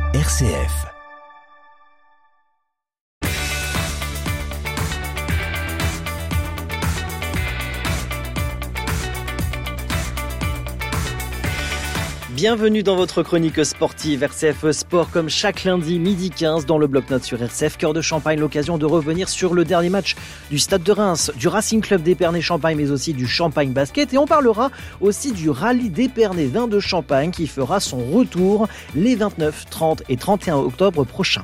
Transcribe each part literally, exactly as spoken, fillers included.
R C F. Bienvenue dans votre chronique sportive R C F Sport, comme chaque lundi midi quinze dans le bloc-notes sur R C F Cœur de Champagne, l'occasion de revenir sur le dernier match du Stade de Reims, du Racing Club d'Épernay-Champagne, mais aussi du Champagne Basket, et on parlera aussi du rallye d'Épernay Vin de Champagne qui fera son retour les vingt-neuf, trente et trente et un octobre prochains.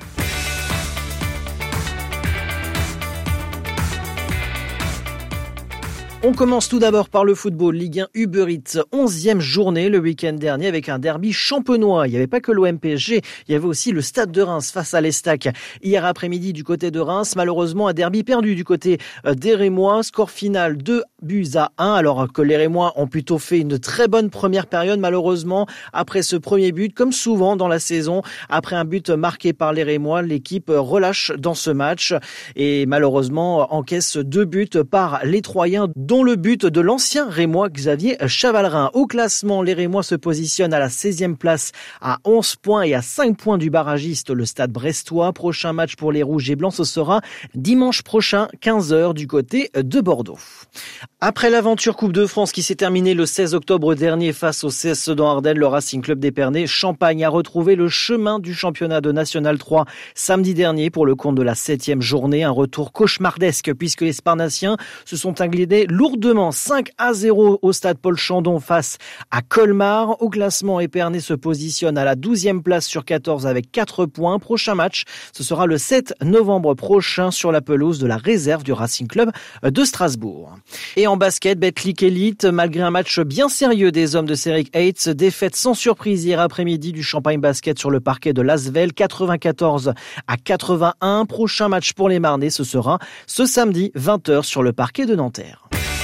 On commence tout d'abord par le football. Ligue un Uber Eats, onzième journée le week-end dernier avec un derby champenois. Il n'y avait pas que l'O M P S G, il y avait aussi le Stade de Reims face à l'Estac. Hier après-midi du côté de Reims, malheureusement un derby perdu du côté des Rémois. Score final deux buts à un, alors que les Rémois ont plutôt fait une très bonne première période. Malheureusement, après ce premier but, comme souvent dans la saison, après un but marqué par les Rémois, l'équipe relâche dans ce match et malheureusement encaisse deux buts par les Troyens, dont le but de l'ancien Rémois Xavier Chavalrin. Au classement, les Rémois se positionnent à la seizième place à onze points et à cinq points du barragiste, le Stade brestois. Prochain match pour les Rouges et Blancs, ce sera dimanche prochain, quinze heures, du côté de Bordeaux. Après l'aventure Coupe de France qui s'est terminée le seize octobre dernier face au C S Sedan Ardennes, le Racing Club d'Épernay Champagne a retrouvé le chemin du championnat de National trois samedi dernier pour le compte de la septième journée. Un retour cauchemardesque puisque les Sparnassiens se sont inclinés lourdement cinq à zéro au stade Paul Chandon face à Colmar. Au classement, Épernay se positionne à la douzième place sur quatorze avec quatre points. Prochain match, ce sera le sept novembre prochain sur la pelouse de la réserve du Racing Club de Strasbourg. Et en basket, Betclic Elite, malgré un match bien sérieux des hommes de Céric Heitz, défaite sans surprise hier après-midi du Champagne Basket sur le parquet de Lasvel, quatre-vingt-quatorze à quatre-vingt-un. Prochain match pour les Marnais, ce sera ce samedi vingt heures sur le parquet de Nanterre.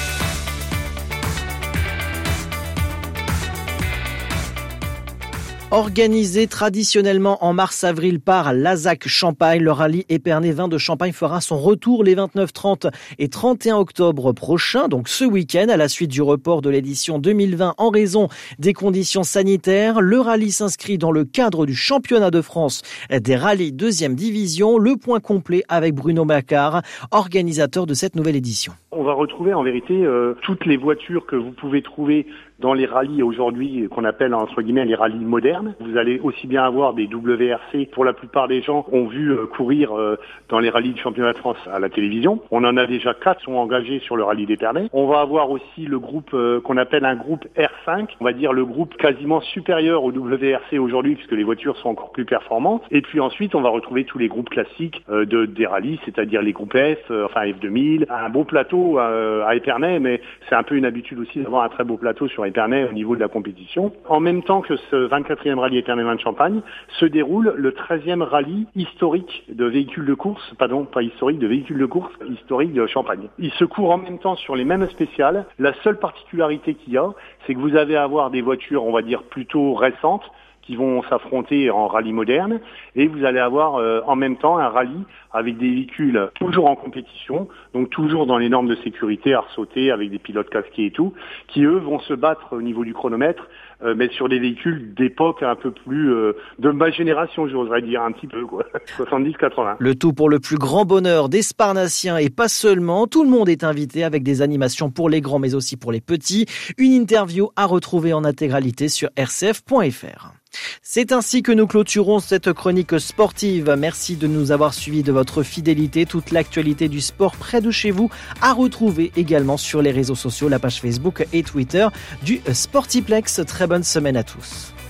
Organisé traditionnellement en mars-avril par l'A S A C Champagne, le rallye Épernay Vin de Champagne fera son retour les vingt-neuf, trente et trente et un octobre prochains, donc ce week-end, à la suite du report de l'édition deux mille vingt en raison des conditions sanitaires. Le rallye s'inscrit dans le cadre du championnat de France des rallyes deuxième division. Le point complet avec Bruno Macquart, organisateur de cette nouvelle édition. On va retrouver en vérité euh, toutes les voitures que vous pouvez trouver dans les rallyes aujourd'hui qu'on appelle entre guillemets les rallyes modernes. Vous allez aussi bien avoir des W R C, pour la plupart des gens ont vu euh, courir euh, dans les rallyes du championnat de France à la télévision. On en a déjà quatre qui sont engagés sur le rallye d'Épernay. On va avoir aussi le groupe euh, qu'on appelle un groupe R cinq, on va dire le groupe quasiment supérieur au W R C aujourd'hui puisque les voitures sont encore plus performantes. Et puis ensuite on va retrouver tous les groupes classiques euh, de, des rallyes, c'est-à-dire les groupes F, euh, enfin F deux mille, un beau plateau euh, à Épernay, mais c'est un peu une habitude aussi d'avoir un très beau plateau sur Épernay au niveau de la compétition. En même temps que ce vingt-quatrième rallye Épernay Vin de Champagne, se déroule le treizième rallye historique de véhicules de course, pardon, pas historique, de véhicules de course historique de Champagne. Il se court en même temps sur les mêmes spéciales. La seule particularité qu'il y a, c'est que vous allez avoir des voitures, on va dire, plutôt récentes, qui vont s'affronter en rallye moderne, et vous allez avoir euh, en même temps un rallye avec des véhicules toujours en compétition, donc toujours dans les normes de sécurité, à ressauter, avec des pilotes casqués et tout, qui eux vont se battre au niveau du chronomètre, euh, mais sur des véhicules d'époque un peu plus euh, de ma génération, j'oserais dire un petit peu, quoi, soixante-dix quatre-vingts. Le tout pour le plus grand bonheur des Sparnassiens et pas seulement. Tout le monde est invité avec des animations pour les grands mais aussi pour les petits. Une interview à retrouver en intégralité sur r c f point f r. C'est ainsi que nous clôturons cette chronique sportive. Merci de nous avoir suivis, de votre fidélité. Toute l'actualité du sport près de chez vous à retrouver également sur les réseaux sociaux, la page Facebook et Twitter du Sportiplex. Très bonne semaine à tous.